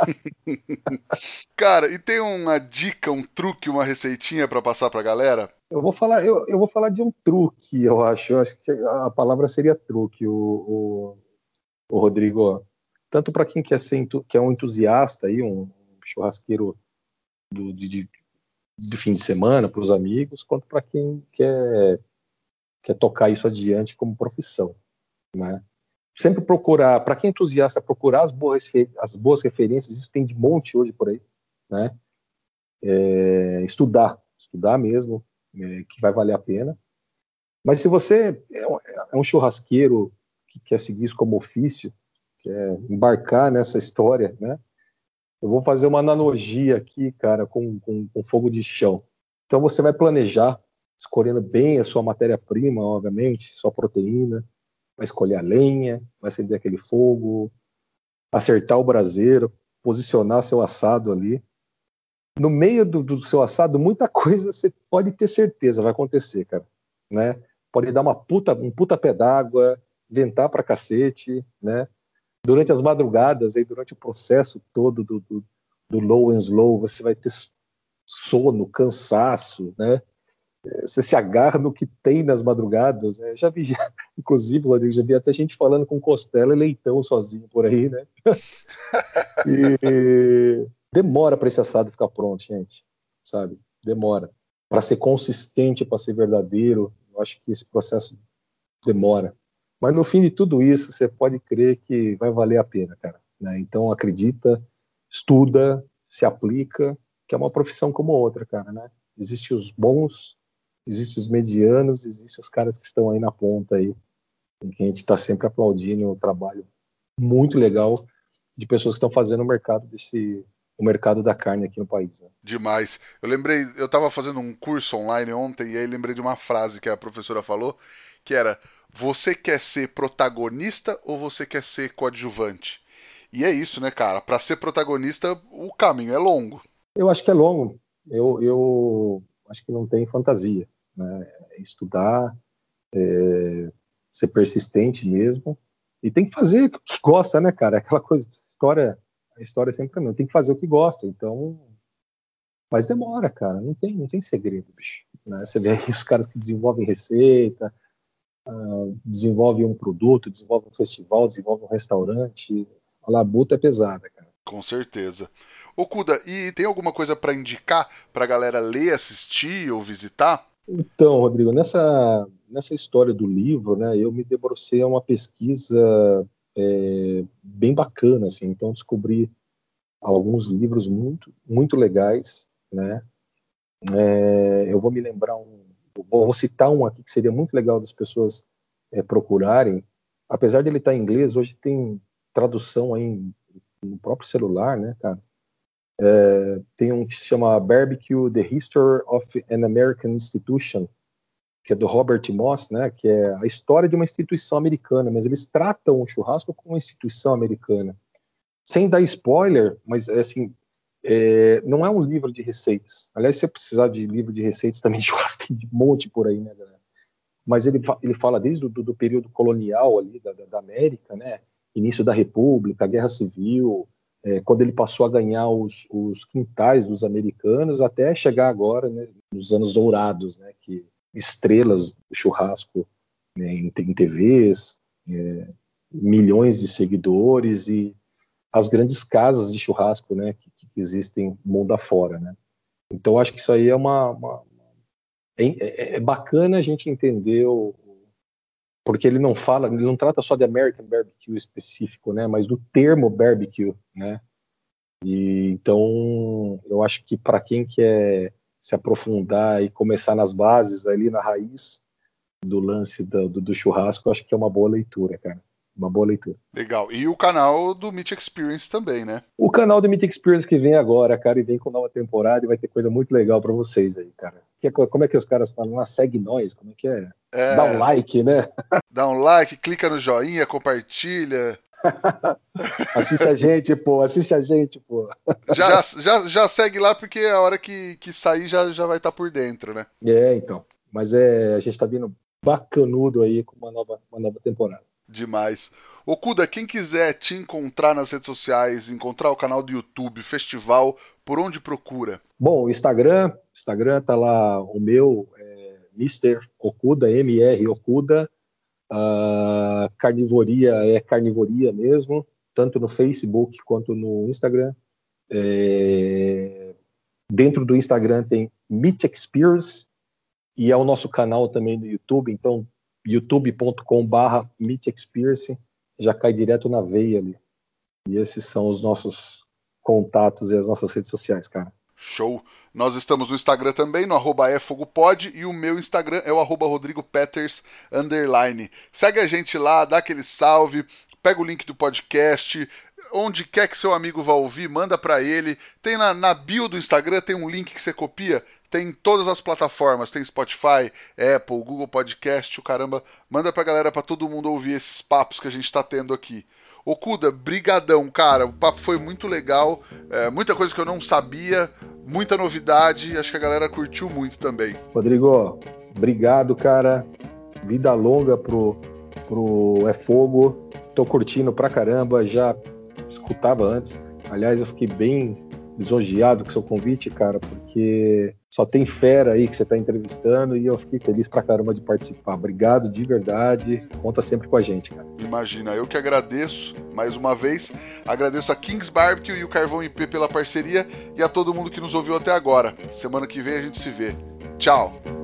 Cara, e tem uma dica, um truque, uma receitinha pra passar pra galera? Eu vou falar, eu, eu vou falar de um truque, eu acho. Eu acho que a palavra seria truque, o, o, o Rodrigo. Tanto para quem quer ser que é um entusiasta aí, um churrasqueiro do, de, de, de fim de semana para os amigos, quanto para quem quer, quer tocar isso adiante como profissão, né? Sempre procurar, para quem é entusiasta, procurar as boas, as boas referências, isso tem de monte hoje por aí, né? É, estudar, estudar mesmo, é, que vai valer a pena. Mas se você é um, é um churrasqueiro que quer seguir isso como ofício, quer embarcar nessa história, né? Eu vou fazer uma analogia aqui, cara, com, com, com fogo de chão. Então você vai planejar, escolhendo bem a sua matéria-prima, obviamente, sua proteína, vai escolher a lenha, vai acender aquele fogo, acertar o braseiro, posicionar seu assado ali. No meio do, do seu assado, muita coisa você pode ter certeza vai acontecer, cara, né? Pode dar uma puta, um puta pé d'água, ventar pra cacete, né? Durante as madrugadas, aí, durante o processo todo do, do, do low and slow, você vai ter sono, cansaço, né? você se agarra no que tem nas madrugadas, né? Já vi, já, inclusive, Rodrigo, já vi até gente falando com costela e leitão sozinho por aí, né? E demora para esse assado ficar pronto, gente, sabe? Demora. Para ser consistente, para ser verdadeiro, eu acho que esse processo demora. Mas no fim de tudo isso, você pode crer que vai valer a pena, cara, né? Então acredita, estuda, se aplica, que é uma profissão como outra, cara, né? Existem os bons, existem os medianos, existem os caras que estão aí na ponta aí, em que a gente está sempre aplaudindo o trabalho muito legal de pessoas que estão fazendo o mercado desse, o mercado da carne aqui no país, né? Demais. Eu lembrei, eu estava fazendo um curso online ontem e aí lembrei de uma frase que a professora falou, que era: você quer ser protagonista ou você quer ser coadjuvante? E é isso, né, cara? Para ser protagonista, o caminho é longo. Eu acho que é longo. Eu, eu acho que não tem fantasia, né? É estudar, é, ser persistente mesmo. E tem que fazer o que gosta, né, cara? Aquela coisa, história, a história sempre não. Tem que fazer o que gosta. Então, mas demora, cara. Não tem, não tem segredo, bicho, né? Você vê aí os caras que desenvolvem receita, uh, desenvolvem um produto, desenvolvem um festival, desenvolvem um restaurante. A labuta é pesada, cara. Com certeza. Ô Kuda, e tem alguma coisa para indicar pra galera ler, assistir ou visitar? Então, Rodrigo, nessa, nessa história do livro, né, eu me debrucei a uma pesquisa é, bem bacana, assim, então descobri alguns livros muito, muito legais, né, é, eu vou me lembrar, um, vou citar um aqui que seria muito legal das pessoas é, procurarem, apesar de ele estar em inglês, hoje tem tradução aí no próprio celular, né, cara. É, tem um que se chama Barbecue, The History of an American Institution, que é do Robert Moss, né, que é a história de uma instituição americana, mas eles tratam o churrasco como uma instituição americana. Sem dar spoiler, mas assim, é, não é um livro de receitas. Aliás, se você precisar de livro de receitas, também churrasco tem de monte por aí, né, galera? Mas ele, ele fala desde o do, do período colonial ali da, da América, né, início da República, Guerra Civil, é, quando ele passou a ganhar os, os quintais dos americanos, até chegar agora, né, nos anos dourados, né, que estrelas do churrasco, né, em, em T Vs, é, milhões de seguidores e as grandes casas de churrasco, né, que, que existem mundo afora, né. Então acho que isso aí é uma, uma é, é, é bacana a gente entender o, porque ele não fala, ele não trata só de American Barbecue específico, né, mas do termo barbecue, né, e então eu acho que para quem quer se aprofundar e começar nas bases, ali na raiz do lance do, do, do churrasco, eu acho que é uma boa leitura, cara, uma boa leitura. Legal, e o canal do Meat Experience também, né? O canal do Meat Experience que vem agora, cara, e vem com nova temporada e vai ter coisa muito legal para vocês aí, cara. Que, como é que os caras falam? Ah, segue nós, como é que é? É... Dá um like, né? Dá um like, clica no joinha, compartilha. Assiste a gente, pô, assiste a gente, pô. Já, já, já segue lá, porque a hora que, que sair já, já vai estar tá por dentro, né? É, então. Mas é, a gente tá vindo bacanudo aí com uma nova, uma nova temporada. Demais. Ô Kuda, quem quiser te encontrar nas redes sociais, encontrar o canal do YouTube, festival, por onde procura? Bom, o Instagram, Instagram tá lá, o meu, é mister Okuda, M R Okuda. A carnivoria é carnivoria mesmo, tanto no Facebook quanto no Instagram. É... Dentro do Instagram tem Meat Experience e é o nosso canal também no YouTube, então youtube ponto com barra Meat Experience, já cai direto na veia ali. E esses são os nossos contatos e as nossas redes sociais, cara. Show! Nós estamos no Instagram também, no arroba efogopod, e o meu Instagram é o arroba rodrigopeters, underline. Segue a gente lá, dá aquele salve, pega o link do podcast, onde quer que seu amigo vá ouvir, manda pra ele. Tem na, na bio do Instagram, tem um link que você copia, tem em todas as plataformas, tem Spotify, Apple, Google Podcast, o caramba. Manda pra galera, pra todo mundo ouvir esses papos que a gente tá tendo aqui. Ô Kuda, brigadão, cara, o papo foi muito legal, é, muita coisa que eu não sabia, muita novidade, acho que a galera curtiu muito também. Rodrigo, obrigado, cara, vida longa pro, pro É Fogo, tô curtindo pra caramba, já escutava antes, aliás, eu fiquei bem lisonjeado com o seu convite, cara, porque só tem fera aí que você está entrevistando e eu fiquei feliz pra caramba de participar. Obrigado de verdade, conta sempre com a gente, cara. Imagina, eu que agradeço mais uma vez, agradeço a Kings Barbecue e o Carvão I P pela parceria e a todo mundo que nos ouviu até agora. Semana que vem a gente se vê. Tchau!